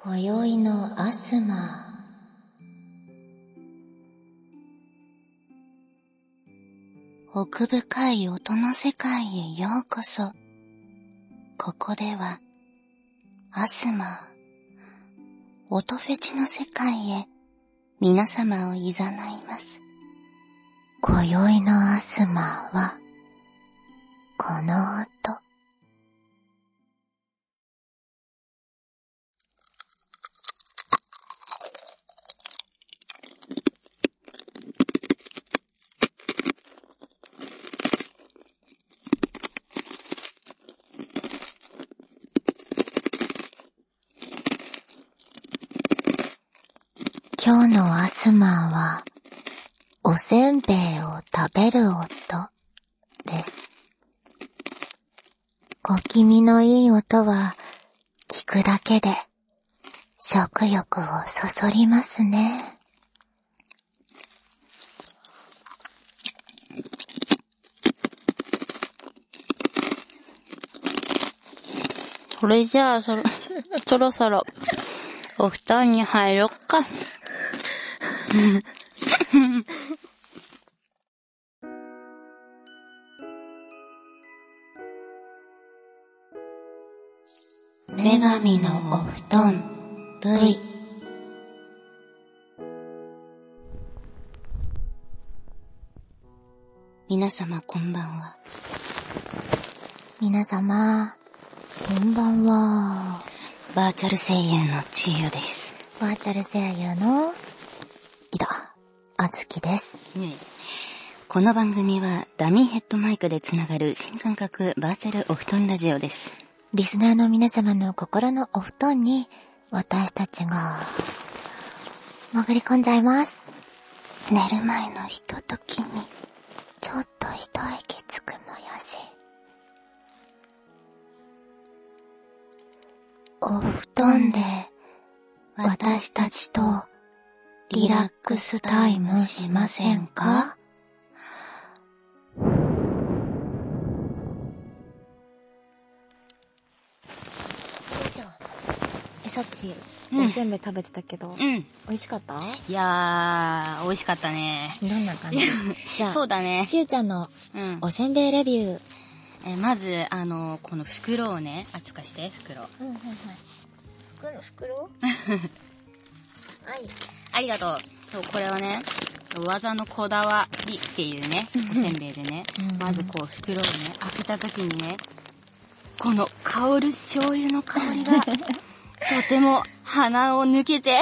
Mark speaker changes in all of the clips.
Speaker 1: 今宵のアスマ。奥深い音の世界へようこそ。ここではアスマ、音フェチの世界へ皆様を誘います。今宵のアスマはこの音。今日のアスマーは、おせんべいを食べる音です。小気味のいい音は、聞くだけで、食欲をそそりますね。
Speaker 2: それじゃあ、そろそろ、お布団に入ろっか。
Speaker 1: 女神のお布団 V。 皆様こんばんは。皆様こんばんは。バーチャル声優のちゆです。バーチャル声優のあずきです。この番組はダミーヘッドマイクでつながる新感覚バーチャルお布団ラジオです。リスナーの皆様の心のお布団に私たちが潜り込んじゃいます。寝る前のひとときにちょっと一息つくもよし。お布団で私たちとリラックスタイムしませんか？
Speaker 3: さっきおせんべい食べてたけど、美味しかった？
Speaker 2: いやー、美味しかったね。
Speaker 3: どんな感じ？じゃあ、
Speaker 2: そうだね。
Speaker 3: ちゆちゃんのおせんべいレビュ
Speaker 2: ー。まず、この袋をね、ちょっと貸して、袋。
Speaker 3: 袋はい。
Speaker 2: ありがとう。これはね、技のこだわりっていうね、おせんべいでね、まずこう袋をね、開けた時にね、この香る醤油の香りが、とても鼻を抜けて、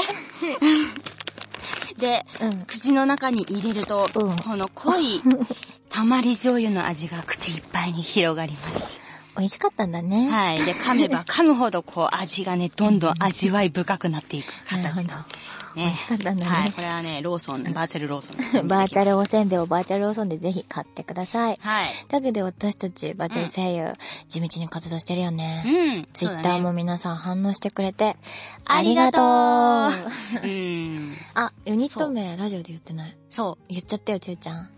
Speaker 2: で、口の中に入れると、この濃いたまり醤油の味が口いっぱいに広がります。
Speaker 3: 美味しかったんだね。
Speaker 2: はい。で、噛めば噛むほどこう味がね、どんどん味わい深くなっていく形。
Speaker 3: なるほど。
Speaker 2: ね、
Speaker 3: 美味しかったんだね。
Speaker 2: はい。これはね、ローソン、バーチャルローソン。
Speaker 3: バーチャルおせんべいをバーチャルローソンでぜひ買ってください。
Speaker 2: はい。
Speaker 3: だけど私たちバーチャル声優、地道に活動してるよね。ツイッターも皆さん反応してくれて、ありがとう。あ、ユニット名ラジオで言ってない。
Speaker 2: そう。
Speaker 3: 言っちゃったよ、ちゅうちゃん。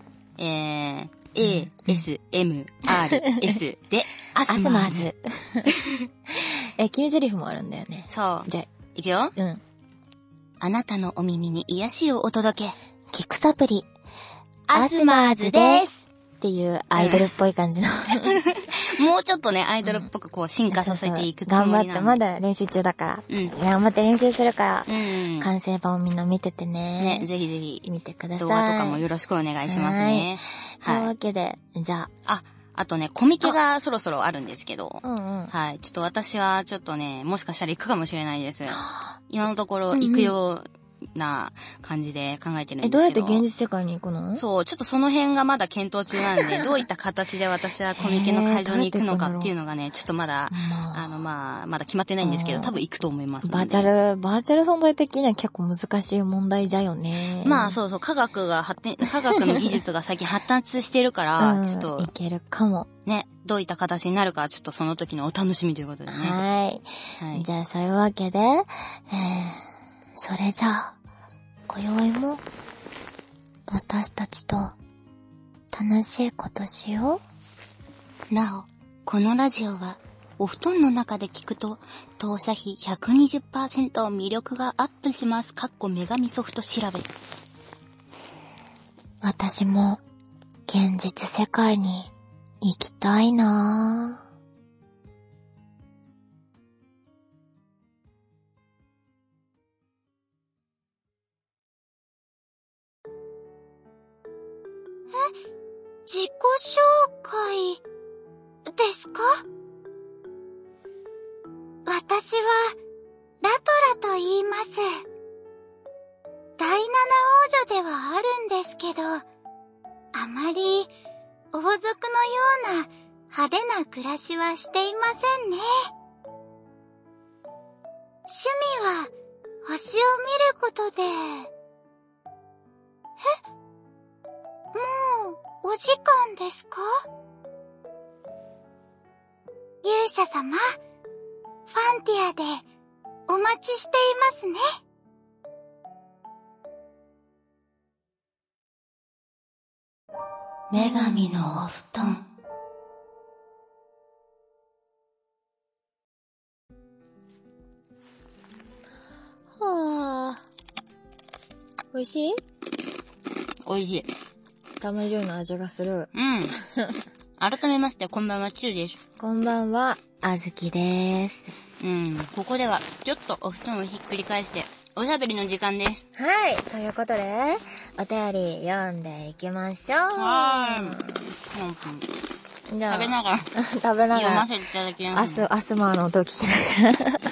Speaker 2: ASMRS で、アスマーズ。
Speaker 3: 決め台詞もあるんだよね。
Speaker 2: そう。
Speaker 3: じゃあ、
Speaker 2: いくよ。
Speaker 1: あなたのお耳に癒しをお届け。
Speaker 3: キクサプリ、
Speaker 1: アスマーズです。
Speaker 3: っていうアイドルっぽい感じの。
Speaker 2: もうちょっとね、アイドルっぽくこう進化させていくつもりなんで。
Speaker 3: 頑張って、まだ練習中だから。頑張って練習するから。完成版をみんな見ててね。
Speaker 2: ね、ぜひぜひ。
Speaker 3: 見てください。
Speaker 2: 動画とかもよろしくお願いしますね。
Speaker 3: というわけで、じゃ
Speaker 2: あ。あとね、コミケがそろそろあるんですけど。はい。ちょっと私はちょっとね、もしかしたら行くかもしれないです。今のところ行くような感じで考えてるんですけど。
Speaker 3: どうやって現実世界に行くの？
Speaker 2: そう、ちょっとその辺がまだ検討中なんで、どういった形で私はコミケの会場に行くのかっていうのがね、ちょっとまだ、まだ決まってないんですけど、多分行くと思います。
Speaker 3: バーチャル存在的には結構難しい問題じゃよね。
Speaker 2: まあそうそう、科学の技術が最近発達してるから、ちょっと。
Speaker 3: いけるかも。
Speaker 2: ね、どういった形になるか、ちょっとその時のお楽しみということでね。
Speaker 3: はい。じゃあそういうわけで、それじゃあ、今宵も、私たちと、楽しいことしよう。
Speaker 1: なお、このラジオは、
Speaker 2: お布団の中で聞くと、当社費 120% 魅力がアップします。女神ソフト調べ。
Speaker 3: 私も、現実世界に行きたいなぁ。
Speaker 1: 自己紹介ですか？私はラトラと言います。第七王女ではあるんですけど、あまり王族のような派手な暮らしはしていませんね。趣味は星を見ることで。もうお時間ですか？勇者様、ファンティアでお待ちしていますね。
Speaker 2: 女神のお布団。
Speaker 3: はぁ。美味しい？
Speaker 2: 美味しい。
Speaker 3: 玉醤油の味がする。
Speaker 2: うん。改めまして、こんばんは、ちゅうです。
Speaker 3: こんばんは、あずきです。
Speaker 2: ここでは、ちょっとお布団をひっくり返して、おしゃべりの時間です。
Speaker 3: はい。ということで、お便り読んでいきましょう。
Speaker 2: はーい。
Speaker 3: じゃあ
Speaker 2: 食べながら。
Speaker 3: 食べながら。
Speaker 2: 読ませていただきます。
Speaker 3: アスマーの音を聞きながら。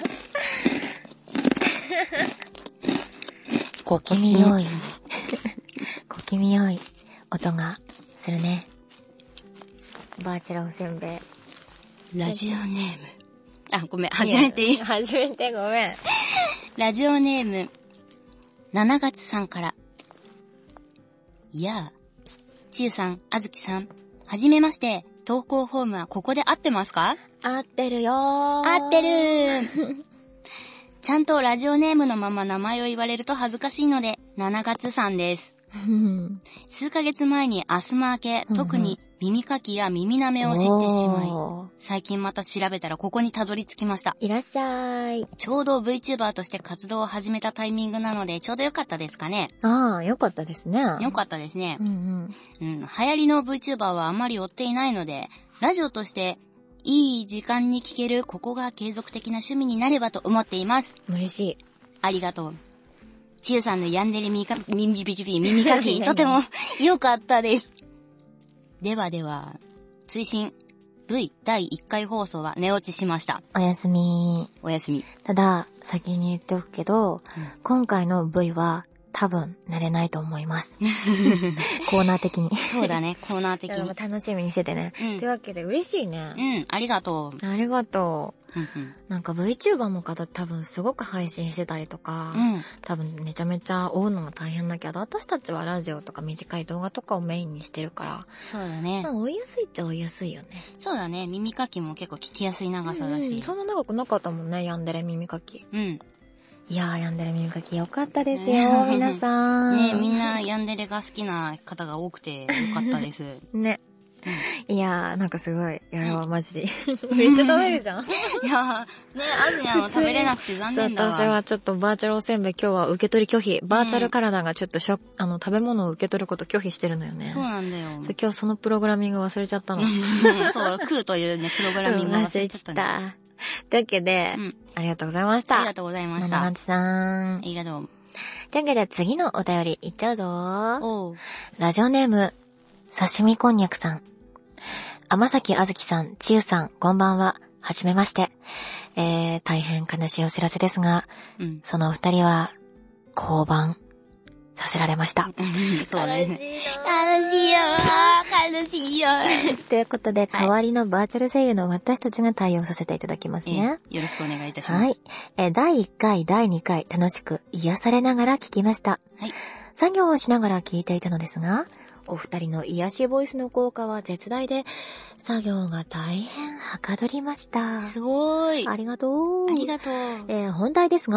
Speaker 3: 小気味良い。小気味良い音がするね。バーチャルおせんべい。
Speaker 2: ラジオネーム。あ、ごめん。始めていい？
Speaker 3: 始めてごめん。
Speaker 2: ラジオネーム、7月さんから。いやあ、ちゆさん、あずきさん、はじめまして。投稿フォームはここで合ってますか？
Speaker 3: 合ってるよー。
Speaker 2: 合ってるー。ちゃんとラジオネームのまま名前を言われると恥ずかしいので、7月さんです。数ヶ月前にアスマー系、特に耳かきや耳舐めを知ってしまい、最近また調べたらここにたどり着きました。
Speaker 3: いらっしゃい。
Speaker 2: ちょうど VTuber として活動を始めたタイミングなのでちょうどよかったですかね。
Speaker 3: ああ、よかったですね。
Speaker 2: よかったですね。
Speaker 3: 流
Speaker 2: 行りの VTuber はあまり追っていないので、ラジオとしていい時間に聞けるここが継続的な趣味になればと思っています。
Speaker 3: 嬉しい。
Speaker 2: ありがとう。ちゆさんのヤンデレ耳かきとても良かったです。ではでは、追伸 V 第1回放送は寝落ちしました。
Speaker 3: おやすみ。
Speaker 2: おやすみ。
Speaker 3: ただ、先に言っておくけど、今回の V は多分寝れないと思います。コーナー的に。
Speaker 2: そうだね、コーナー的に。
Speaker 3: 楽しみにしててね。というわけで嬉しいね。
Speaker 2: ありがとう。
Speaker 3: ありがとう。なんか VTuber の方多分すごく配信してたりとか、多分めちゃめちゃ追うのが大変だけど、私たちはラジオとか短い動画とかをメインにしてるから、
Speaker 2: そうだね。
Speaker 3: まあ追いやすいっちゃ追いやすいよね。
Speaker 2: そうだね、耳かきも結構聞きやすい長さだし。
Speaker 3: そんな長くなかったもんね、ヤンデレ耳かき。いやー、ヤンデレ耳かきよかったですよ、皆さん。
Speaker 2: ね、みんなヤンデレが好きな方が多くてよかったです。
Speaker 3: ね。いやー、なんかすごい、やるわ、マジで。めっちゃ食べるじゃん。
Speaker 2: いやー、ね、あずにゃんは食べれなくて残念だわ。
Speaker 3: 私はちょっとバーチャルおせんべい今日は受け取り拒否。バーチャル体がちょっと食べ物を受け取ること拒否してるのよね。
Speaker 2: そうなんだよ。
Speaker 3: 今日そのプログラミング忘れちゃったの。
Speaker 2: そう、食うというね、プログラミング忘れちゃったね。
Speaker 3: というわけで、ありがとうございました。
Speaker 2: ありがとうございました。
Speaker 3: 七松さん。
Speaker 2: ありがとう。
Speaker 3: というわけで次のお便りいっちゃうぞ。ラジオネーム、刺身こんにゃくさん。天崎あずきさん、ちゆさん、こんばんは。はじめまして。大変悲しいお知らせですが、そのお二人は、降板させられました。
Speaker 2: そうね。悲しいよ悲しいよ
Speaker 3: ということで、代わりのバーチャル声優の私たちが対応させていただきますね。
Speaker 2: よろしくお願いいたします。
Speaker 3: はい。第1回、第2回、楽しく癒されながら聞きました。はい。作業をしながら聞いていたのですが、お二人の癒しボイスの効果は絶大で、作業が大変はかどりました。
Speaker 2: すごーい。
Speaker 3: ありがとう。
Speaker 2: ありがとう。
Speaker 3: 本題ですが、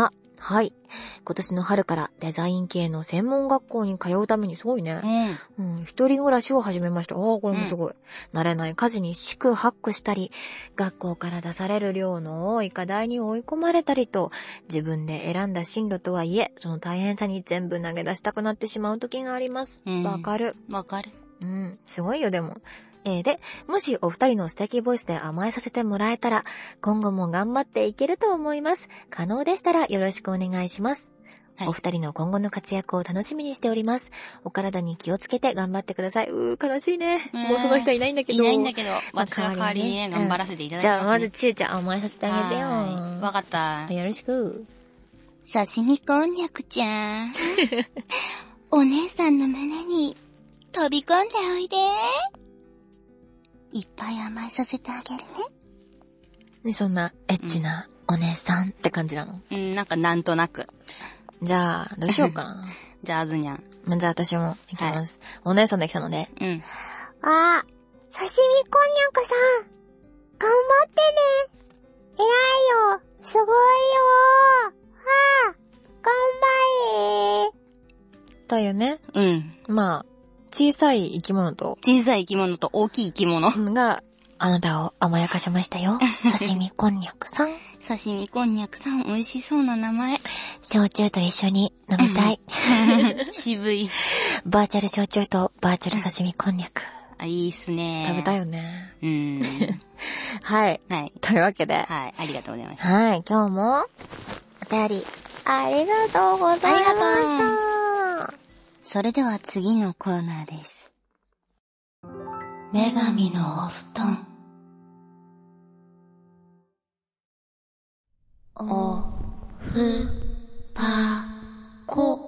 Speaker 3: はい。今年の春からデザイン系の専門学校に通うためにすごいね。一人暮らしを始めました。これもすごい。慣れない家事に四苦八苦したり、学校から出される量の多い課題に追い込まれたりと、自分で選んだ進路とはいえ、その大変さに全部投げ出したくなってしまう時があります。わかる。
Speaker 2: わかる。
Speaker 3: すごいよでも。で、もしお二人の素敵ボイスで甘えさせてもらえたら、今後も頑張っていけると思います。可能でしたらよろしくお願いします。はい、お二人の今後の活躍を楽しみにしております。お体に気をつけて頑張ってください。悲しいね。もうその人いないんだけど。
Speaker 2: いないんだけど、私は代わりにね、頑張らせていただきます、ね。
Speaker 3: じゃあまずちえちゃん甘えさせてあげてよ。
Speaker 2: わかった。
Speaker 3: よろしく。
Speaker 1: 刺身こんにゃくちゃん。お姉さんの胸に飛び込んでおいで。いっぱい甘えさせてあげる
Speaker 3: ね。そんなエッチなお姉さんって感じなの？
Speaker 2: なんかなんとなく。
Speaker 3: じゃあ、どうしようかな。
Speaker 2: じゃあ、あずにゃん。
Speaker 3: じゃあ私もいきます。はい、お姉さんできたので。
Speaker 1: 刺身こんにゃくさん。頑張ってね。偉いよ。すごいよ。頑張れ。
Speaker 3: だよね。まあ、小さい生き物と
Speaker 2: 大きい生き物
Speaker 3: があなたを甘やかしましたよ。刺身こんにゃくさん。
Speaker 2: 刺身こんにゃくさん、美味しそうな名前。
Speaker 3: 焼酎と一緒に飲みたい。
Speaker 2: 渋い。
Speaker 3: バーチャル焼酎とバーチャル刺身こんにゃく。
Speaker 2: いいっすね。
Speaker 3: 食べたいよね。はい。
Speaker 2: はい。
Speaker 3: というわけで。
Speaker 2: はい。ありがとうございます。
Speaker 3: はい。今日もお便りありがとうございました。
Speaker 1: それでは次のコーナーです。女神のお布団。おふぱこ。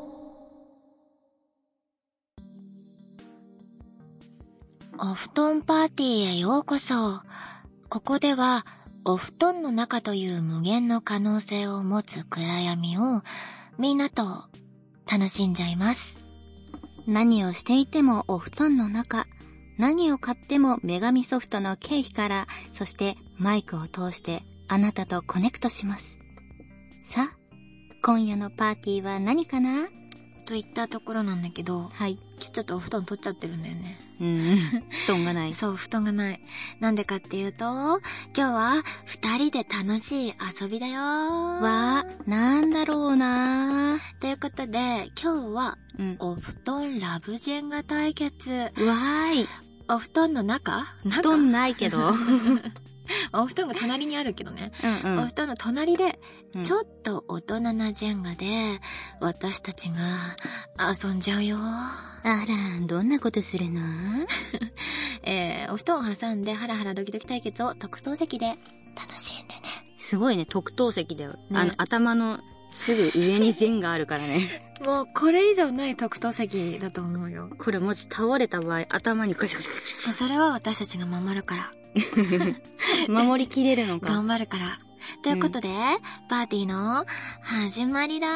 Speaker 1: お布団パーティーへようこそ。ここではお布団の中という無限の可能性を持つ暗闇をみんなと楽しんじゃいます。何をしていてもお布団の中、何を買っても女神ソフトの経費から、そしてマイクを通してあなたとコネクトします。さあ、今夜のパーティーは何かなといったところなんだけど、
Speaker 3: はい。
Speaker 1: ちょっとお布団取っちゃってるんだよね。
Speaker 2: 布団がない。
Speaker 1: そう、布団がない。なんでかっていうと、今日は二人で楽しい遊びだよ。
Speaker 2: わー、なんだろうな
Speaker 1: ー。ということで、今日は、お布団ラブジェンガ対決。わ
Speaker 2: ーい。
Speaker 1: お布団の中
Speaker 2: 布団ないけど。
Speaker 1: お布団が隣にあるけどね。お布団の隣で、ちょっと大人なジェンガで、私たちが遊んじゃうよ。
Speaker 2: あら、どんなことするの？
Speaker 1: お布団を挟んでハラハラドキドキ対決を特等席で楽しんでね。
Speaker 2: すごいね、特等席だよ。ね、頭のすぐ上にジェンガあるからね。
Speaker 1: もうこれ以上ない特等席だと思うよ。
Speaker 2: これもし倒れた場合、頭にカシャカシャカシャ。
Speaker 1: それは私たちが守るから。
Speaker 2: 守りきれるのか。
Speaker 1: 頑張るから。ということで、パーティーの始まりだ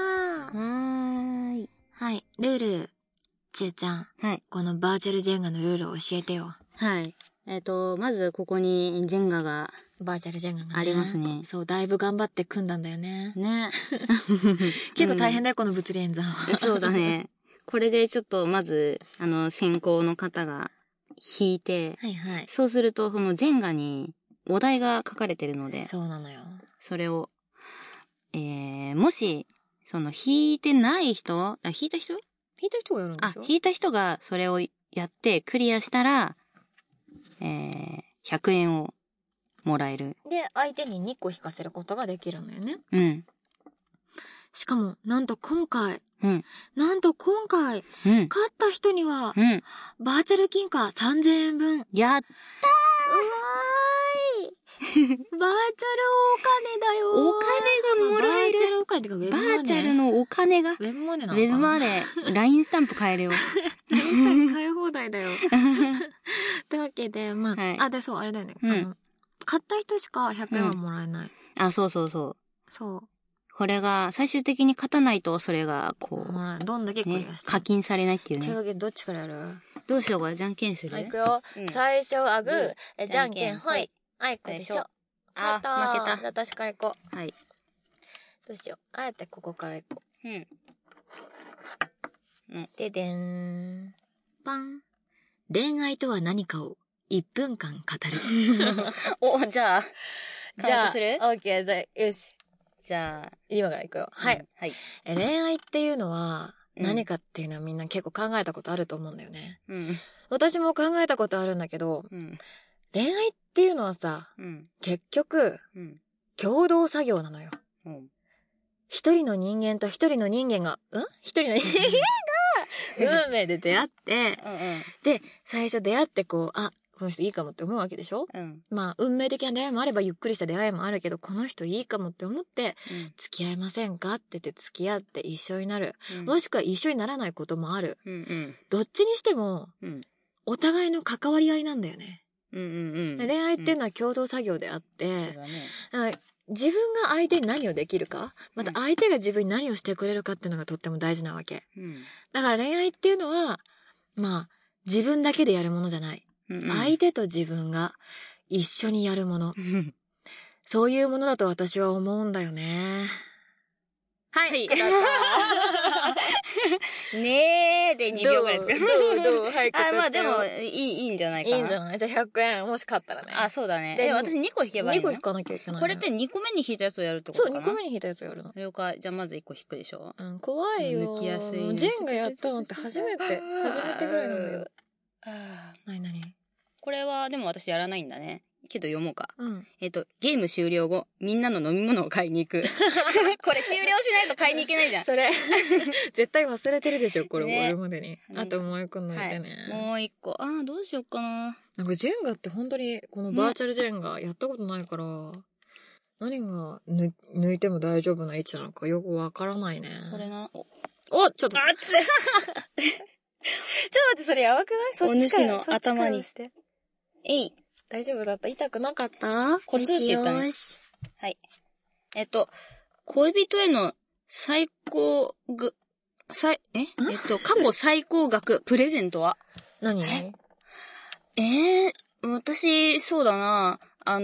Speaker 1: ー。はい。ルール、ちえちゃん。
Speaker 2: はい。
Speaker 1: このバーチャルジェンガのルールを教えてよ。
Speaker 2: はい。まずここにジェンガが、
Speaker 1: バーチャルジェンガが、ね、
Speaker 2: ありますね。
Speaker 1: そう、だいぶ頑張って組んだんだよね。
Speaker 2: ね。
Speaker 1: 結構大変だよ、この物理演算は。
Speaker 2: そうだね。これでちょっとまず、先行の方が引いて、
Speaker 1: はいはい。
Speaker 2: そうすると、そのジェンガにお題が書かれてるので、
Speaker 1: そうなのよ。
Speaker 2: それを、もし、その引いてない人、引いた人
Speaker 1: がやるんでしょ？
Speaker 2: 引いた人がそれをやってクリアしたら、100円をもらえる。
Speaker 1: で、相手に2個引かせることができるのよね。
Speaker 2: うん。
Speaker 1: しかも、なんと今回、
Speaker 2: 勝
Speaker 1: った人には、バーチャル金貨3000円分。
Speaker 2: やったー！
Speaker 1: うわーいバーチャルお金だよー。
Speaker 2: お金がもらえる。
Speaker 1: バーチャルお金ってかウェブマネー。
Speaker 2: バーチャルのお金が。
Speaker 1: ウェブマネーなのかな？
Speaker 2: ウェブマネー。LINE スタンプ買えるよ。
Speaker 1: LINE スタンプ買い放題だよ。というわけで、まあ、
Speaker 2: はい、
Speaker 1: で、そう、あれだよね。買った人しか100円はもらえない。
Speaker 2: そうそうそう。
Speaker 1: そう。
Speaker 2: これが、最終的に勝たないと、それが、こう。
Speaker 1: どんだけクリアして。
Speaker 2: 課金されないっていうね。
Speaker 1: というわけで、どっちからやる？
Speaker 2: どうしようか、じゃんけんする？
Speaker 1: はい、いくよ。最初はグー、じゃんけんほい。はい、こうでしょ。
Speaker 2: 負けた。
Speaker 1: 私から行こう。
Speaker 2: はい。
Speaker 3: どうしよう。あえてここから行こ
Speaker 2: う。うん。
Speaker 3: ででーん。パン。恋愛とは何かを1分間語る。
Speaker 2: お、じゃあ、カウントする？
Speaker 3: オッケー、じゃあ、よし。
Speaker 2: じゃあ、
Speaker 3: 今から行くよ。はい。
Speaker 2: はい。
Speaker 3: 恋愛っていうのは、何かっていうのはみんな結構考えたことあると思うんだよね。
Speaker 2: うん。
Speaker 3: 私も考えたことあるんだけど、恋愛っていうのはさ、結局、共同作業なのよ。一人の人間と一人の人間が、一人の人間が運命で出会って、で、最初出会ってこの人いいかもって思うわけでしょ？まあ、運命的な出会いもあればゆっくりした出会いもあるけど、この人いいかもって思って、付き合いませんかって言って付き合って一緒になる。もしくは一緒にならないこともある。どっちにしても、お互いの関わり合いなんだよね。恋愛っていうのは共同作業であって、自分が相手に何をできるか、また相手が自分に何をしてくれるかっていうのがとっても大事なわけ。だから恋愛っていうのは、まあ、自分だけでやるものじゃない。相手と自分が一緒にやるもの。そういうものだと私は思うんだよね。はい。
Speaker 2: ねーで2秒ぐらいですか？
Speaker 3: どうはい、
Speaker 2: まあでも、いいんじゃないかな。
Speaker 3: いいんじゃない？じゃあ100円、もし買ったらね。
Speaker 2: そうだね。私2個引けばいいの？
Speaker 3: 2個引かなきゃいけない。
Speaker 2: これって2個目に引いたやつをやるってことかな？
Speaker 3: そう、2個目に引いたやつをやるの。
Speaker 2: 了解。じゃあまず1個引くでしょ？
Speaker 3: 怖いよ。
Speaker 2: 抜きやすい。
Speaker 3: ジェンがやったのって初めてぐらいなのよ。なに
Speaker 2: これはでも私やらないんだね。けど読もうか。ゲーム終了後、みんなの飲み物を買いに行く。これ終了しないと買いに行けないじゃん。
Speaker 3: それ、絶対忘れてるでしょ、これ終わるまでに。あともう一個抜いてね。
Speaker 2: もう一個。どうしようかな。
Speaker 3: なんかジェンガって本当に、このバーチャルジェンガやったことないから、何が抜いても大丈夫な位置なのかよくわからないね。
Speaker 2: それな。
Speaker 3: ちょっと。熱いちょっと待って、それやばくない？
Speaker 2: お主の頭に。
Speaker 3: 大丈夫だった？痛くなかった？
Speaker 2: コツって言ったね。よし。はい。恋人への過去最高額プレゼントは？
Speaker 3: 何？
Speaker 2: 私、そうだな。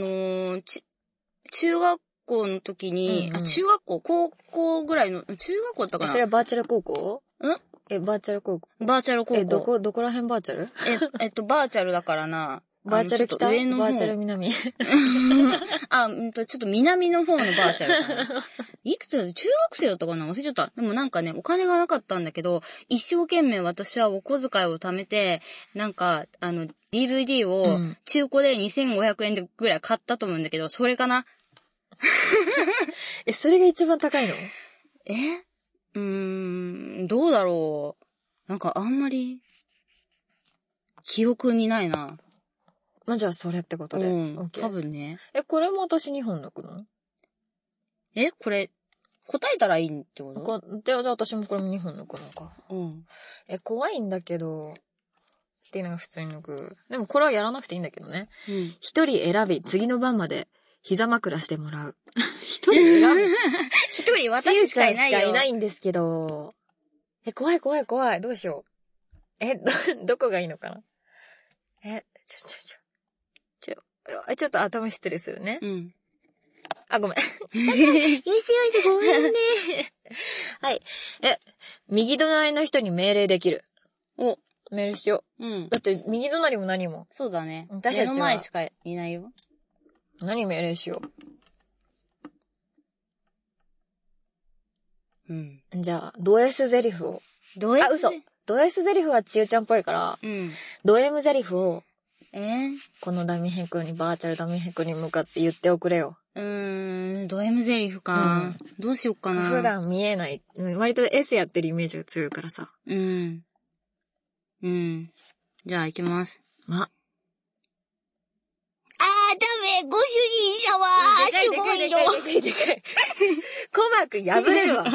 Speaker 2: 中学校の時に、高校ぐらいの、中学校だったかな？
Speaker 3: それはバーチャル高校？バーチャル高校。
Speaker 2: バーチャル高校。
Speaker 3: どこら辺バーチャル？
Speaker 2: バーチャルだからな。
Speaker 3: バーチャル北？バーチャル南？
Speaker 2: ちょっと南の方のバーチャルかな。いくつだっけ？中学生だったかな？忘れちゃった。でもなんかね、お金がなかったんだけど、一生懸命私はお小遣いを貯めて、なんか、DVD を中古で2500円ぐらい買ったと思うんだけど、それかな？
Speaker 3: それが一番高いの？
Speaker 2: どうだろう。なんかあんまり、記憶にないな。
Speaker 3: まあ、じゃあそれってことで。
Speaker 2: 多分ね。
Speaker 3: これも私2本抜くの？
Speaker 2: これ、答えたらいいってこと？
Speaker 3: じゃあ私もこれも2本抜くのか。怖いんだけど、っていうのが普通に抜く。でもこれはやらなくていいんだけどね。一人選び、次の晩まで膝枕してもらう。一人選ぶ？
Speaker 2: 一人私しかいないよ。
Speaker 3: しかいないんですけど。怖い。どうしよう。どこがいいのかな？ちょっと頭失礼するね。ごめん。よし、ごめんね。はい。右隣の人に命令できる。命令しよう。だって、右隣も何も。
Speaker 2: そうだね。
Speaker 3: 私たちは。
Speaker 2: 目の前しかいないよ。
Speaker 3: 何命令しよう。じゃあ、ド S ゼリフを。嘘。ド S ゼリフはちゆちゃんっぽいから、ド M ゼリフを、このダミヘクに、バーチャルダミヘクに向かって言っておくれよ。
Speaker 2: ド M ゼリフか。どうしよっかな。
Speaker 3: 普段見えない。割と S やってるイメージが強いからさ。
Speaker 2: じゃあ行きます。
Speaker 1: ダメ、ご主人様すごいよ。
Speaker 3: でかい。コマくん破れるわ。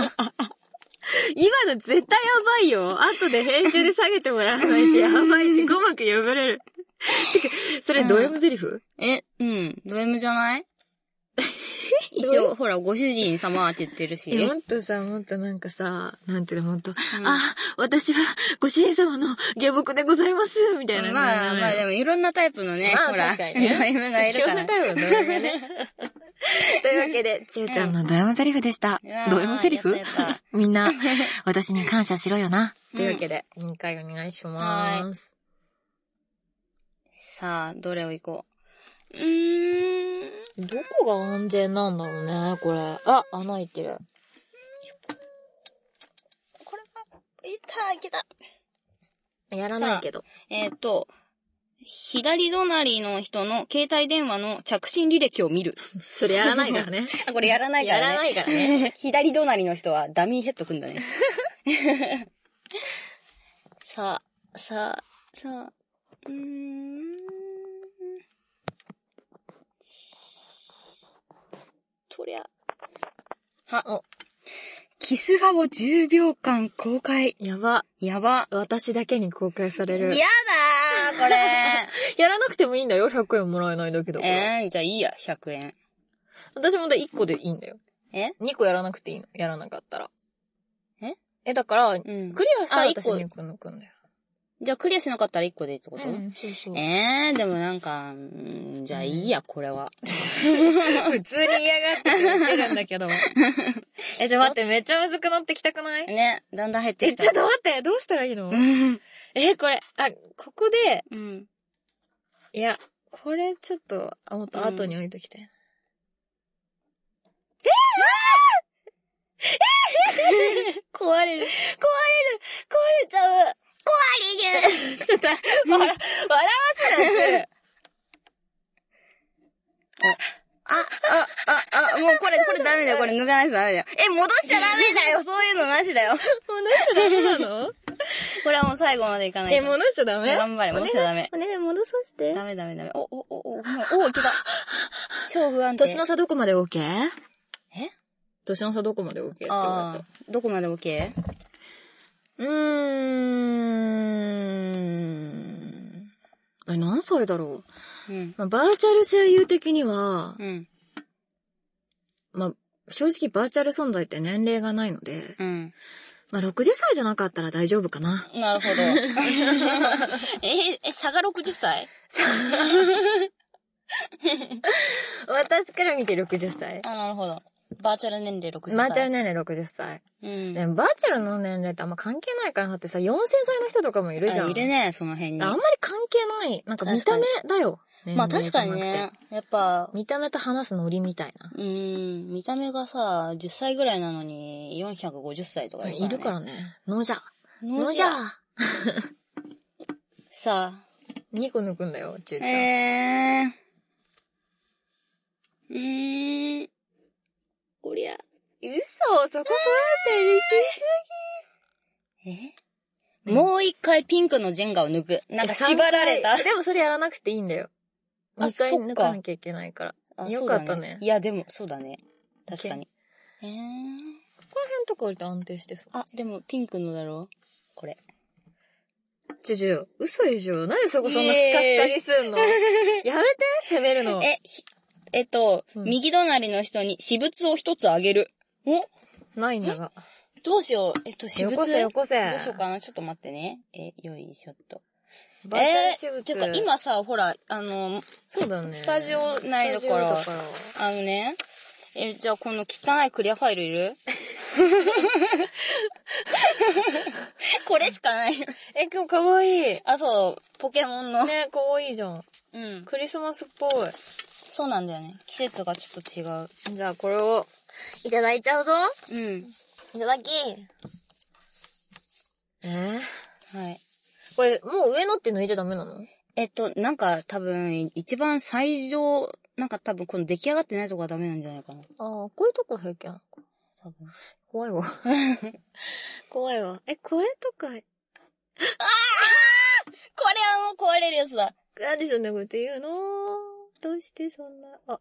Speaker 3: 今の絶対やばいよ。後で編集で下げてもらわないとやばいってコマくん破れる。てか、それド M ゼリフ？
Speaker 2: ド M じゃない？ 一応、ほら、ご主人様って言ってるし。
Speaker 3: もっとなんかさ、なんていうの、ほんと、私はご主人様の下僕でございます、みたいな。
Speaker 2: まあでもいろんなタイプのね、ほら、
Speaker 3: 確かにね。
Speaker 2: ド M がいるから。
Speaker 3: いろんなタイプのド M がね。というわけで、ちゆちゃんのド M セリフでした。ド M セリフみんな、私に感謝しろよな。というわけで、2回お願いします。
Speaker 2: さあ、どれをいこう。
Speaker 3: どこが安全なんだろうね、これ。穴開いてる。
Speaker 2: これが、いけた。
Speaker 3: やらないけど。
Speaker 2: 左隣の人の携帯電話の着信履歴を見る。
Speaker 3: それやらないからね。
Speaker 2: これやらないからね。
Speaker 3: やらないからね。
Speaker 2: 左隣の人はダミーヘッドくんだね。さあ。とりゃ。キス顔10秒間公開。
Speaker 3: やば。私だけに公開される。
Speaker 2: やだー、これ。
Speaker 3: やらなくてもいいんだよ、100円もらえないだけだから。
Speaker 2: じゃあいいや、100円。
Speaker 3: 私も1個でいいんだよ。2個やらなくていいの、やらなかったら。だから、クリアしたら私2個抜くんだよ。
Speaker 2: じゃあクリアしなかったら1個でいいってこと？
Speaker 3: そう。
Speaker 2: でもなんか、じゃあいいや、これは。
Speaker 3: 普通に嫌がって言ってるんだけど。じゃあ待って、めっちゃむずくなってきたくない？
Speaker 2: ね、だんだん減ってきた。
Speaker 3: ちょっと待って、どうしたらいいの？これ、ここで、いや、これちょっと、もっと後に置いときて。
Speaker 2: 壊れちゃう。壊れる。ちょっと、笑わせない。もうこれダメだよ。これ脱がないとダメだよ。戻しちゃダメだよ。そういうのなしだよ。
Speaker 3: 戻しちゃダメなの？
Speaker 2: これはもう最後までいかないと。
Speaker 3: 戻しちゃダメ？
Speaker 2: 頑張れ、戻しちゃダメ。
Speaker 3: お願い、戻させて。
Speaker 2: ダメ。いけた。超不安定。
Speaker 3: 年の差どこまで OK？ 年の差どこまで OK って言われた。
Speaker 2: どこまで OK？
Speaker 3: 何歳だろう。バーチャル声優的には、正直バーチャル存在って年齢がないので、60歳じゃなかったら大丈夫かな。
Speaker 2: なるほど。差が60歳？
Speaker 3: 私から見て60歳。
Speaker 2: なるほど。バーチャル年齢60歳。
Speaker 3: バーチャル年齢60歳。でもバーチャルの年齢ってあんま関係ないからだってさ、4000歳の人とかもいるじゃん。
Speaker 2: いるね、その辺に。
Speaker 3: あんまり関係ない。なんか見た目だよ。
Speaker 2: まあ確かにね。やっぱ。
Speaker 3: 見た目と話すノリみたいな。
Speaker 2: 見た目がさ、10歳ぐらいなのに450歳とか
Speaker 3: いるからね。のじゃ。
Speaker 2: さあ。
Speaker 3: 2個抜くんだよ、ちゅうちゃん。
Speaker 2: こりゃ。
Speaker 3: 嘘、そこ不安定にし
Speaker 2: すぎ。もう一回ピンクのジェンガを抜く。なんか縛られた。
Speaker 3: でもそれやらなくていいんだよ。2回抜かなきゃいけないから。よかったね。
Speaker 2: いや、でも、そうだね。確かに。
Speaker 3: ここら辺とか割と安定してそう。
Speaker 2: でもピンクのだろうこれ。
Speaker 3: 嘘でしょ？なんでそこそんなスカスカにすんの？やめて、攻めるの。
Speaker 2: 右隣の人に私物を一つあげる。
Speaker 3: ないんだが。
Speaker 2: どうしよう。私物。
Speaker 3: よこせ。
Speaker 2: どうしようかな。ちょっと待ってね。よいしょっと。
Speaker 3: バーチャル私物。
Speaker 2: てか今さ、ほら、
Speaker 3: そうだね。
Speaker 2: スタジオ内だから、じゃあこの汚いクリアファイルいる？これしかない。
Speaker 3: 今日かわいい。
Speaker 2: そう、ポケモンの。
Speaker 3: ね、かわいいじゃん。クリスマスっぽい。
Speaker 2: そうなんだよね。季節がちょっと違う。
Speaker 3: じゃあこれを、いただいちゃうぞ。いただき。
Speaker 2: はい。
Speaker 3: これ、もう上のって抜いちゃダメなの？
Speaker 2: なんか多分、一番最上、なんか多分この出来上がってないとこがダメなんじゃないかな。
Speaker 3: こういうとこ平気なのか。多分。怖いわ。怖いわ。これとか。これ
Speaker 2: はもう壊れるやつだ。
Speaker 3: なんでそんなこと言うの？どうしてそんな、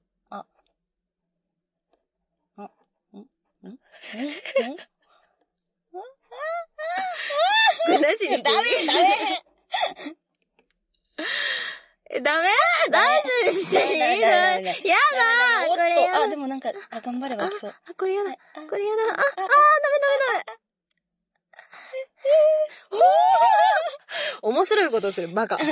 Speaker 3: これなしにして。
Speaker 2: ダメ
Speaker 3: ダメしていいの？やだこれやだ。
Speaker 2: あ、でもなんか、頑張れば来そう。
Speaker 3: これやだ。これやだ。ダメ。面白いことする、バカ。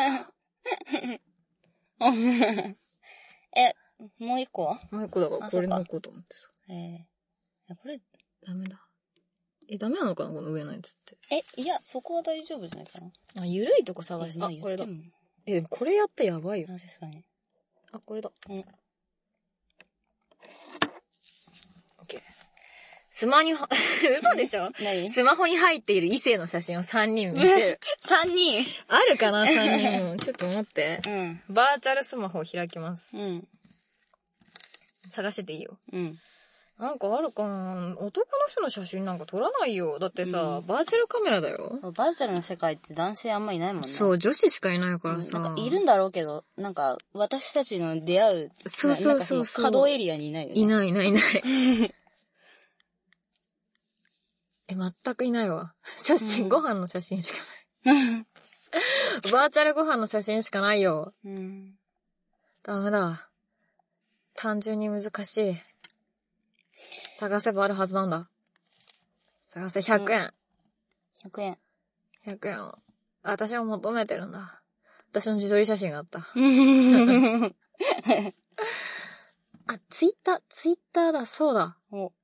Speaker 2: もう一個
Speaker 3: もう一個だから、これのこと思ってさ。
Speaker 2: これ、
Speaker 3: ダメだ。ダメなのかなこの上のやつって。
Speaker 2: いや、そこは大丈夫じゃないかな。
Speaker 3: ゆるいとこ探して。これだ。これやったらやばいよ。
Speaker 2: 確かに。
Speaker 3: これだ。オッケー。嘘でしょ？
Speaker 2: 何？
Speaker 3: スマホに入っている異性の写真を3人見せる。
Speaker 2: 3人？
Speaker 3: あるかな ?3 人。ちょっと待って。バーチャルスマホを開きます。探してていいよ。なんかあるかな？男の人の写真なんか撮らないよ。だってさ、バーチャルカメラだよ。
Speaker 2: バーチャルの世界って男性あんまいないもんね。
Speaker 3: そう、女子しかいないからさ。
Speaker 2: なんかいるんだろうけど、なんか私たちの出会う、
Speaker 3: そう。
Speaker 2: 稼働エリアにいないよね。
Speaker 3: いない。全くいないわ。ご飯の写真しかない。バーチャルご飯の写真しかないよ。ダメだ。単純に難しい。探せばあるはずなんだ。探せ100円。
Speaker 2: 100円。
Speaker 3: 100円を。私を求めてるんだ。私の自撮り写真があった。ツイッターだ、そうだ。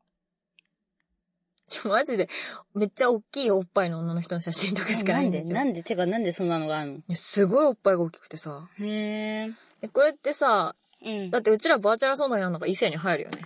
Speaker 3: マジで、めっちゃ大きいおっぱいの女の人の写真とかしかないんだけど。
Speaker 2: なんでそんなのがあるの？
Speaker 3: すごいおっぱいが大きくてさ。これってさ、だってうちらバーチャル相談やんのが異性に入るよね。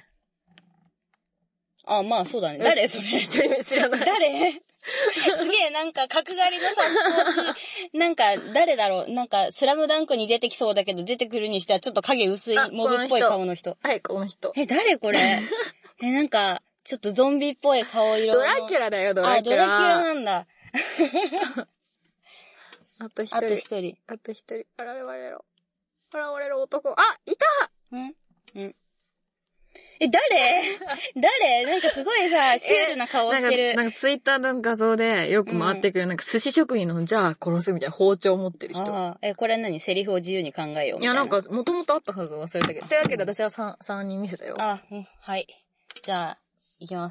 Speaker 2: まあそうだね。誰それ？
Speaker 3: 一人目知らない。
Speaker 2: 誰？すげえなんか角刈りのさ、スポーツ、なんか誰だろう？なんかスラムダンクに出てきそうだけど出てくるにしてはちょっと影薄いモブっぽい顔の人。
Speaker 3: はい、この人。
Speaker 2: 誰これ？なんか、ちょっとゾンビっぽい顔色の。
Speaker 3: ドラキュラだよ、ドラキュラ。
Speaker 2: ドラキュラなんだ。
Speaker 3: あと一人。
Speaker 2: 現
Speaker 3: れろ男。いた！
Speaker 2: 誰なんかすごいさ、シュールな顔してる。
Speaker 3: なんかツイッターの画像でよく回ってくる、なんか寿司職人のじゃあ殺すみたいな包丁を持ってる人。
Speaker 2: これ何？セリフを自由に考えようみたいな。
Speaker 3: いや、なんか、もともとあったはず忘れたけど。というわけで私は3人見せたよ。
Speaker 2: はい。じゃあ、いきます。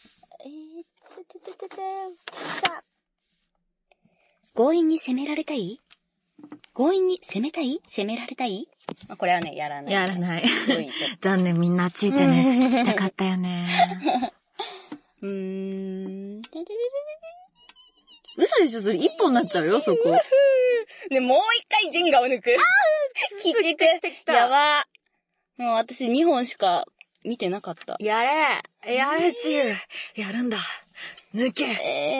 Speaker 2: 強引に攻められたい？強引に攻められたい？これはね、やらない。
Speaker 3: やらない。残念、みんなちーちゃんのやつ聞きたかったよね。嘘でしょ、それ1本になっちゃうよ、そこ。
Speaker 2: ね、もう一回ジェンガを抜く。鬼畜。やば。もう私2本しか見てなかった。
Speaker 3: やれちー。やるんだ。抜け。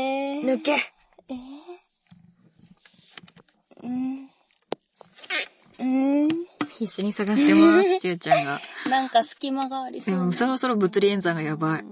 Speaker 3: 必死に探してます、ちゅうちゃんが。
Speaker 2: なんか隙間がありそう。
Speaker 3: でもそろそろ物理演算がやばい。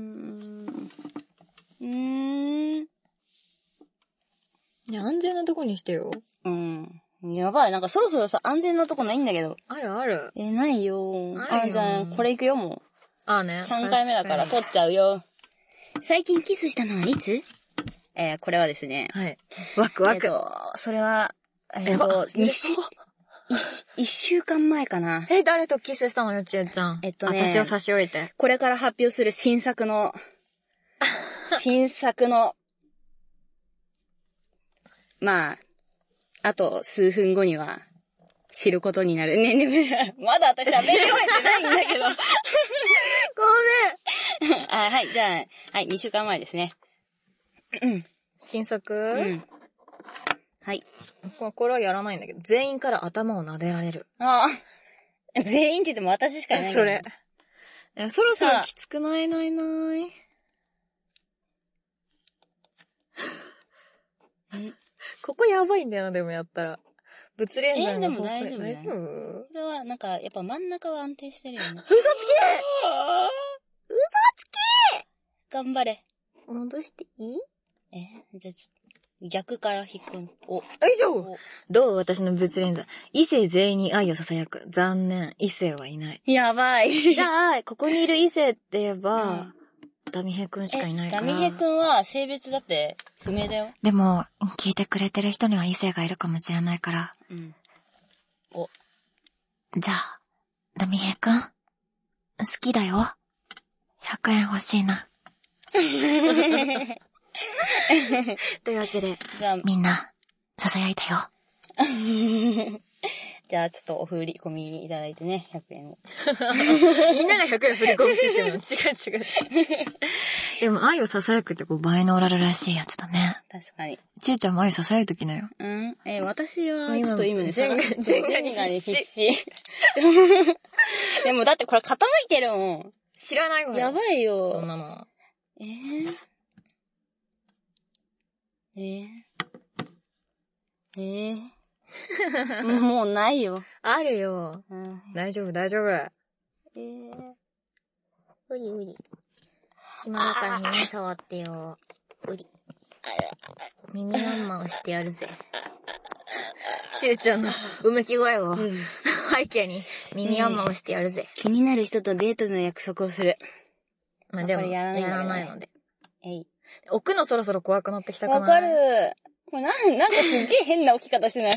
Speaker 3: いや、安全なとこにしてよ。
Speaker 2: やばい、なんかそろそろさ、安全なとこないんだけど。
Speaker 3: ある。
Speaker 2: ないよ。じゃあ、これいくよ、もう。
Speaker 3: ね。
Speaker 2: 3回目だから取っちゃうよ。最近キスしたのはいつ？これはですね。
Speaker 3: はい。ワクワク。
Speaker 2: それは、1週間前かな。
Speaker 3: 誰とキスしたのよ、ちえちゃん。私を差し置いて。
Speaker 2: これから発表する新作の、まあ、あと数分後には、知ることになる。まだ私は目に終えてないんだけど。ごめん。はい、じゃあ、2週間前ですね。
Speaker 3: 新作？
Speaker 2: はい。
Speaker 3: これはやらないんだけど、全員から頭を撫でられる。
Speaker 2: 全員って言っても私しかいない。
Speaker 3: それ。そろそろきつくない。ここやばいんだよな、でもやったら。物理演算
Speaker 2: でも大丈夫。
Speaker 3: こ
Speaker 2: れはなんか、やっぱ真ん中は安定してるよね。
Speaker 3: 嘘つき
Speaker 2: 頑張れ。
Speaker 3: 戻していい？
Speaker 2: じゃあ逆から引く。
Speaker 3: よいしょ！どう？私の物理演算。異性全員に愛を囁く。残念。異性はいない。
Speaker 2: やばい。
Speaker 3: じゃあ、ここにいる異性って言えば、ダミヘくんしかいないから。
Speaker 2: ダミヘくんは性別だって不明だよ。
Speaker 3: でも、聞いてくれてる人には異性がいるかもしれないから。
Speaker 2: お。
Speaker 3: じゃあ、ルミヘイくん、好きだよ。100円欲しいな。というわけで、じゃあみんな、囁いたよ。
Speaker 2: じゃあちょっとお振り込みいただいてね、100円を。
Speaker 3: みんなが100円振り込むシステムの違う。でも愛を囁くってバイノーラルらしいやつだね。
Speaker 2: 確かに。
Speaker 3: ちえちゃんも愛囁いときなよ。
Speaker 2: 私はちょっと今ね、ジェンガに必死。でもだってこれ傾いてるもん。
Speaker 3: 知らないわよ。
Speaker 2: やばいよ。
Speaker 3: そんなの。
Speaker 2: もうないよ。
Speaker 3: あるよ。大丈夫。
Speaker 1: うり。暇だから耳触ってよ。うり。耳あんまをしてやるぜ。
Speaker 3: ちえちゃんのうめき声を、背景に耳あんまをしてやるぜ。
Speaker 2: 気になる人とデートの約束をする。
Speaker 3: まあでも、やらないので。
Speaker 2: 置
Speaker 3: くのそろそろ怖くなってきたかな。
Speaker 2: わかる。これなんかすっげえ変な置き方してない。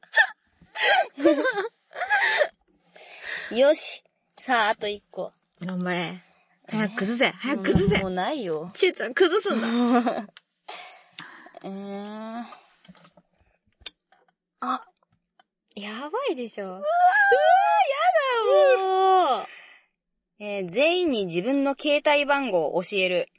Speaker 2: よし。さあ、あと1個。
Speaker 3: 頑張れ。早く崩せ。
Speaker 2: もうないよ。
Speaker 3: ちえちゃん崩すんだ。あ、やばいでしょ。やだもう。
Speaker 2: 全員に自分の携帯番号を教える。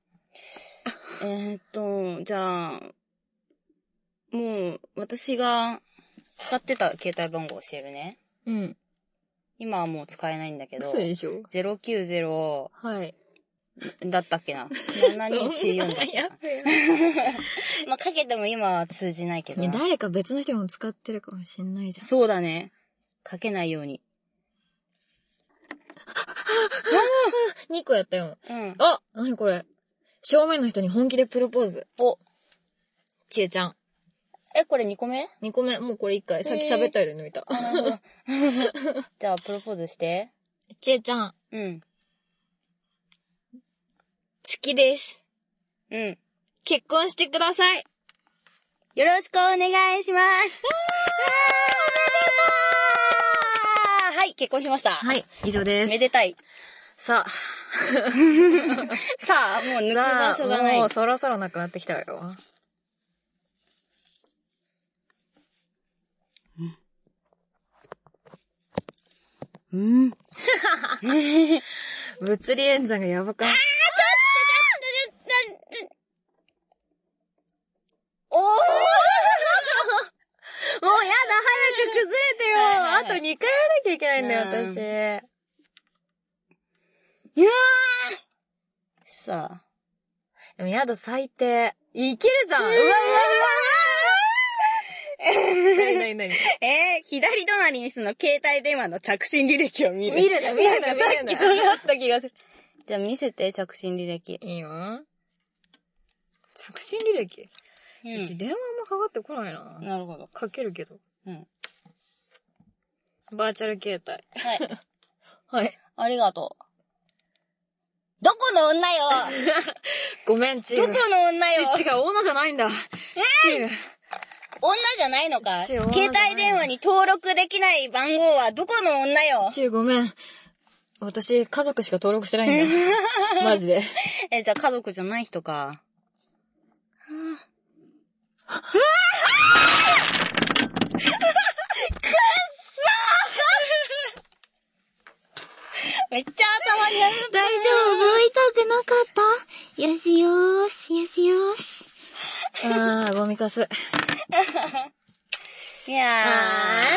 Speaker 2: じゃあ、もう、私が使ってた携帯番号を教えるね。
Speaker 3: うん。
Speaker 2: 今はもう使えないんだけど。
Speaker 3: そうでしょ
Speaker 2: ?090。
Speaker 3: はい。
Speaker 2: だったっけな。7294だっけな。まあ、かけても今は通じないけど。
Speaker 3: いや、誰か別の人も使ってるかもしんないじゃん。
Speaker 2: そうだね。かけないように。
Speaker 3: 2個やったよ。
Speaker 2: うん。
Speaker 3: あ、なにこれ。正面の人に本気でプロポーズ。
Speaker 2: お。
Speaker 3: ちえちゃん。
Speaker 2: これ2個目
Speaker 3: ?2 個目。もうこれ1回。さっき喋ったように見た。
Speaker 2: なるほど。じゃあ、プロポーズして。
Speaker 3: ちえちゃん。
Speaker 2: うん。
Speaker 3: 好きです。
Speaker 2: うん。
Speaker 3: 結婚してください。
Speaker 2: よろしくお願いします。はい、結婚しました。
Speaker 3: はい、以上です。
Speaker 2: めでたい。
Speaker 3: さあ。
Speaker 2: さあ、もう抜く場所がない。
Speaker 3: もうそろそろなくなってきたわよ。
Speaker 2: うん。
Speaker 3: 物理演算がやばかった。
Speaker 2: おーもうやだ、早く崩れてよ。
Speaker 3: あと2回やらなきゃいけないんだよ、私。
Speaker 2: いやーさあ。
Speaker 3: でもやだ、最低。いけるじゃん。うわなに
Speaker 2: 左隣にその携帯電話の着信履歴を見る。
Speaker 3: 見るんだ。
Speaker 2: さっきそれあった気がする。じゃあ見せて、着信履歴。
Speaker 3: いいよ。着信履歴。うち電話もかかってこないな。
Speaker 2: なるほど。
Speaker 3: かけるけど。
Speaker 2: うん。
Speaker 3: バーチャル携帯。
Speaker 2: はい。
Speaker 3: はい。
Speaker 2: ありがとう。どこの女よ
Speaker 3: ごめん、チー
Speaker 2: どこの女よ
Speaker 3: 違う、女じゃないんだ。
Speaker 2: 女じゃないのか携帯電話に登録できない番号はどこの女よ
Speaker 3: ごめん。私、家族しか登録してないんだ。マジで。
Speaker 2: じゃあ家族じゃない人か。めっちゃ頭に
Speaker 1: 大丈夫痛くなかったよしよーし、よしよーし。
Speaker 3: ゴミかす。
Speaker 2: いやー。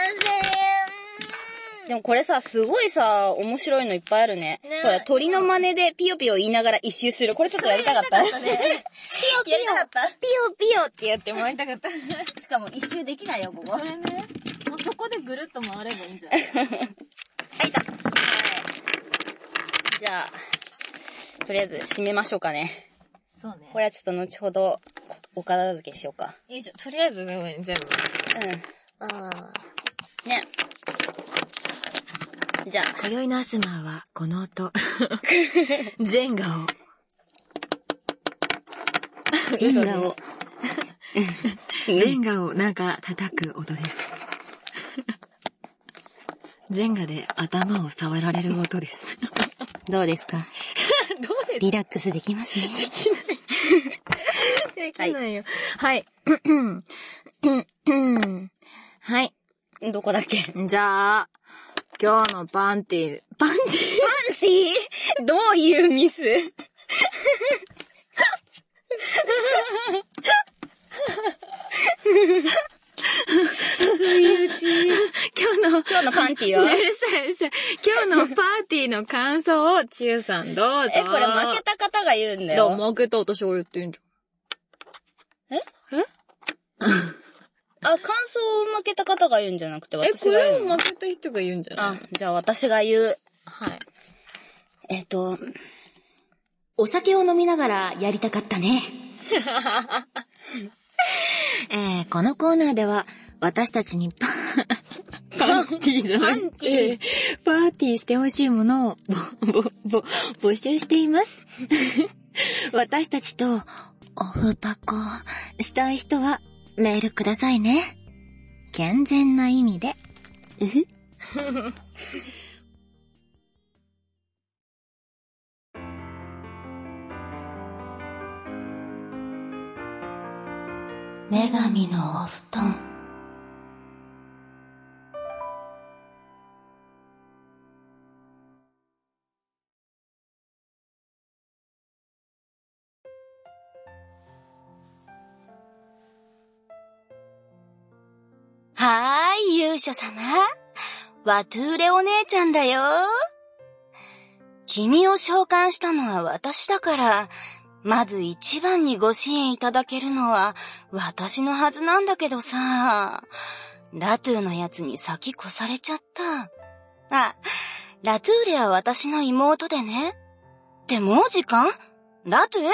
Speaker 2: でもこれさ、すごいさ、面白いのいっぱいあるね。これ鳥の真似でピヨピヨ言いながら一周する。これちょっとやりたかった。ピヨピヨ。やりたかった。
Speaker 3: ピヨピヨってやってもらいたかった。
Speaker 2: しかも一周できないよ、ここ。
Speaker 3: それね。もうそこでぐるっと回ればいいんじゃないはい、
Speaker 2: だ。じゃあ、とりあえず締めましょうかね。
Speaker 3: そうね。
Speaker 2: これはちょっと後ほどお片付けしようか。
Speaker 3: いいじゃん。とりあえず全部。
Speaker 2: ね。じゃあ。
Speaker 3: 今宵のアスマーはこの音。ジェンガを。
Speaker 2: ジェンガを。
Speaker 3: ジェンガをなんか叩く音です。 ジェンガで頭を触られる音です。
Speaker 2: どうですか？
Speaker 3: どうですか？
Speaker 2: リラックスできますね。
Speaker 3: できない。できないよ。はい。はい。
Speaker 2: どこだっけ？
Speaker 3: じゃあ、今日のパンティ
Speaker 2: どういうミス？今日のパンティは？
Speaker 3: 今日のパーティーの感想をちゆさんどうぞ。
Speaker 2: これ負けた方が言うんだよ。
Speaker 3: 負けた私が言ってんじ
Speaker 2: ゃん。感想を負けた方が言うんじゃなくて私が言うの？
Speaker 3: これを負けた人が言うんじゃない？
Speaker 2: じゃあ私が言う。
Speaker 3: はい。
Speaker 2: お酒を飲みながらやりたかったね。
Speaker 3: このコーナーでは私たちにパーティーじゃない。パーティーしてほしいものを募集しています。私たちとオフパコしたい人はメールくださいね。健全な意味で。
Speaker 1: 女神のお布団。
Speaker 2: はーい、勇者様。ワトゥーレお姉ちゃんだよ。君を召喚したのは私だから、まず一番にご支援いただけるのは私のはずなんだけどさ。ラトゥーのやつに先越されちゃった。ラトゥーレは私の妹でね。ってもう時間？ラトゥー？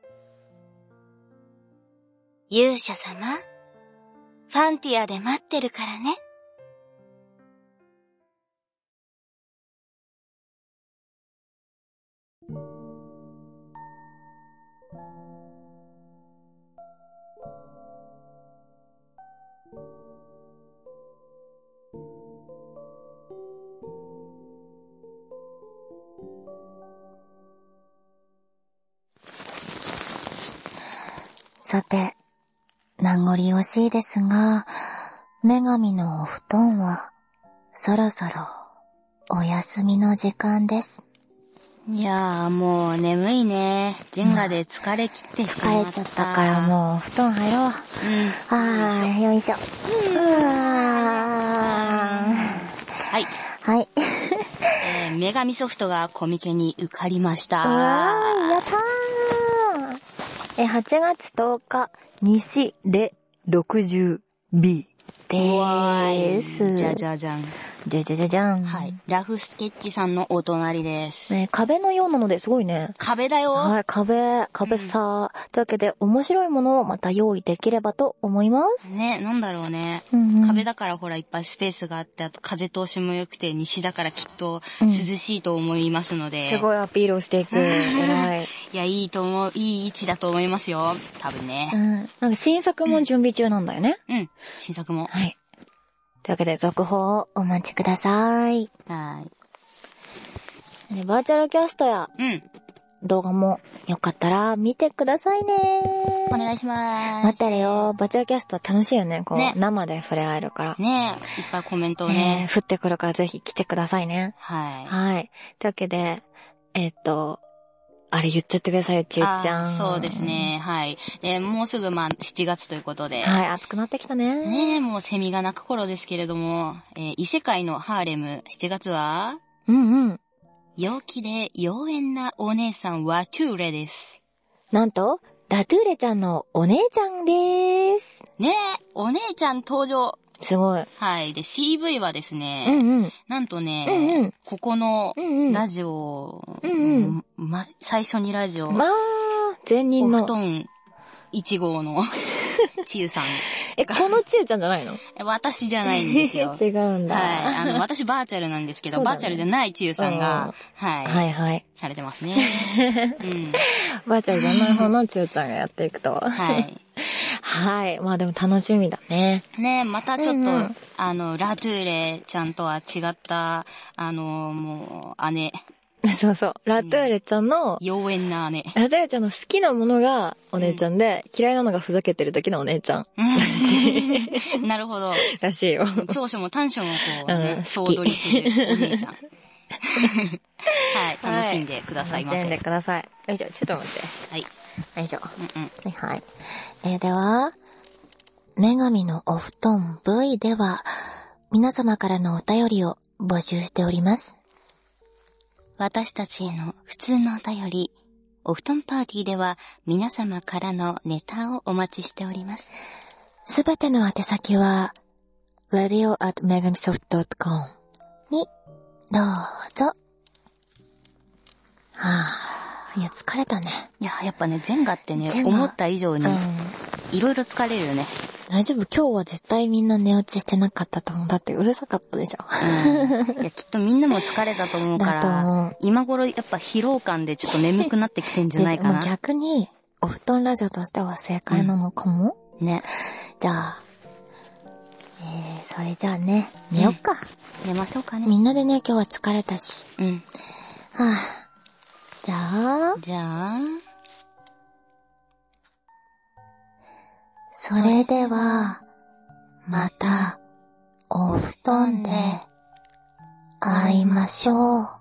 Speaker 2: 勇者様、ファンティアで待ってるからね。
Speaker 1: さて、名残惜しいですが、女神のお布団は、そろそろ、お休みの時間です。
Speaker 2: いやー、もう眠いね。ジェンガで疲れ切ってしまった。
Speaker 1: 疲れちゃったからもうお布団入ろう。よいしょ。
Speaker 2: はい。
Speaker 1: はい。
Speaker 2: 女神ソフトがコミケに受かりました。
Speaker 3: やったー。8月10日、西レ 60B でーす。
Speaker 2: じゃじゃじゃん。
Speaker 3: じゃじゃじゃじゃん。
Speaker 2: はい。ラフスケッチさんのお隣です。
Speaker 3: 壁のようなのですごいね。
Speaker 2: 壁だよ。
Speaker 3: はい、壁さ、というわけで面白いものをまた用意できればと思います。
Speaker 2: ね、なんだろうね。壁だからほらいっぱいスペースがあって、あと風通しも良くて、西だからきっと涼しいと思いますので。
Speaker 3: すごいアピールをしていく。偉い。
Speaker 2: いや、いい位置だと思いますよ。多分ね。
Speaker 3: なんか新作も準備中なんだよね。
Speaker 2: 新作も。
Speaker 3: はい。というわけで続報をお待ちください。
Speaker 2: はい。
Speaker 3: バーチャルキャストや動画もよかったら見てくださいね。
Speaker 2: お願いしまーす。
Speaker 3: 待ってるよ。バーチャルキャストは楽しいよね。生で触れ合えるから。
Speaker 2: ねえ、いっぱいコメントをね。
Speaker 3: 降ってくるからぜひ来てくださいね。
Speaker 2: はい。
Speaker 3: はい。というわけで、あれ言っちゃってくださいよ、ちゆちゃん。
Speaker 2: そうですね。はい。で、もうすぐ7月ということで。
Speaker 3: はい、暑くなってきたね。
Speaker 2: ねえ、もうセミが鳴く頃ですけれども、異世界のハーレム、7月は陽気で妖艶なお姉さんワトゥーレです。
Speaker 3: なんと、ラトゥーレちゃんのお姉ちゃんでーす。
Speaker 2: ねえ、お姉ちゃん登場。
Speaker 3: すごい。
Speaker 2: はい。で、CV はですね、なんとね、ここのラジオ、最初にラジオ、
Speaker 3: 前任の。
Speaker 2: お布団1号のちゆさん。
Speaker 3: このちゆちゃんじゃないの？
Speaker 2: 私じゃないんですよ。
Speaker 3: 違うんだ。
Speaker 2: はい。私バーチャルなんですけど、バーチャルじゃないちゆさんが、はい。されてますね。
Speaker 3: バーチャルじゃない方のちゆちゃんがやっていくと。
Speaker 2: はい。
Speaker 3: はい。まあでも楽しみだね。
Speaker 2: ね、またちょっと、ラトゥーレちゃんとは違った、もう、姉。
Speaker 3: そうそう。ラトゥーレちゃんの、
Speaker 2: 妖艶な姉。
Speaker 3: ラトゥーレちゃんの好きなものがお姉ちゃんで、嫌いなのがふざけてる時のお姉ちゃん。らし
Speaker 2: い。なるほど。
Speaker 3: らしいよ。
Speaker 2: 長所も短所もこうね、総取りするお姉ちゃん。はい、楽しんでくださいませ。
Speaker 3: 楽しんでください。よいしょ、ちょっと待って。
Speaker 2: はい。
Speaker 3: よいしょ。はい。では、女神のお布団 V では、皆様からのお便りを募集しております。
Speaker 1: 私たちへの普通のお便り、お布団パーティーでは皆様からのネタをお待ちしております。
Speaker 3: すべての宛先は、radio@megamisoft.com に、どうぞ。いや、疲れたね。
Speaker 2: いや、やっぱね、ジェンガってね、思った以上に、いろいろ疲れるよね。
Speaker 3: 大丈夫？今日は絶対みんな寝落ちしてなかったと思う。だってうるさかったでしょ。
Speaker 2: いや、きっとみんなも疲れたと思うから、今頃やっぱ疲労感でちょっと眠くなってきてんじゃないかな。
Speaker 3: 逆に、お布団ラジオとしては正解なのかも、
Speaker 2: ね。
Speaker 3: じゃあ、それじゃあね、寝よっか。
Speaker 2: 寝ましょうかね。
Speaker 3: みんなでね、今日は疲れたし。じゃあ。それでは、また、お布団で、会いましょう。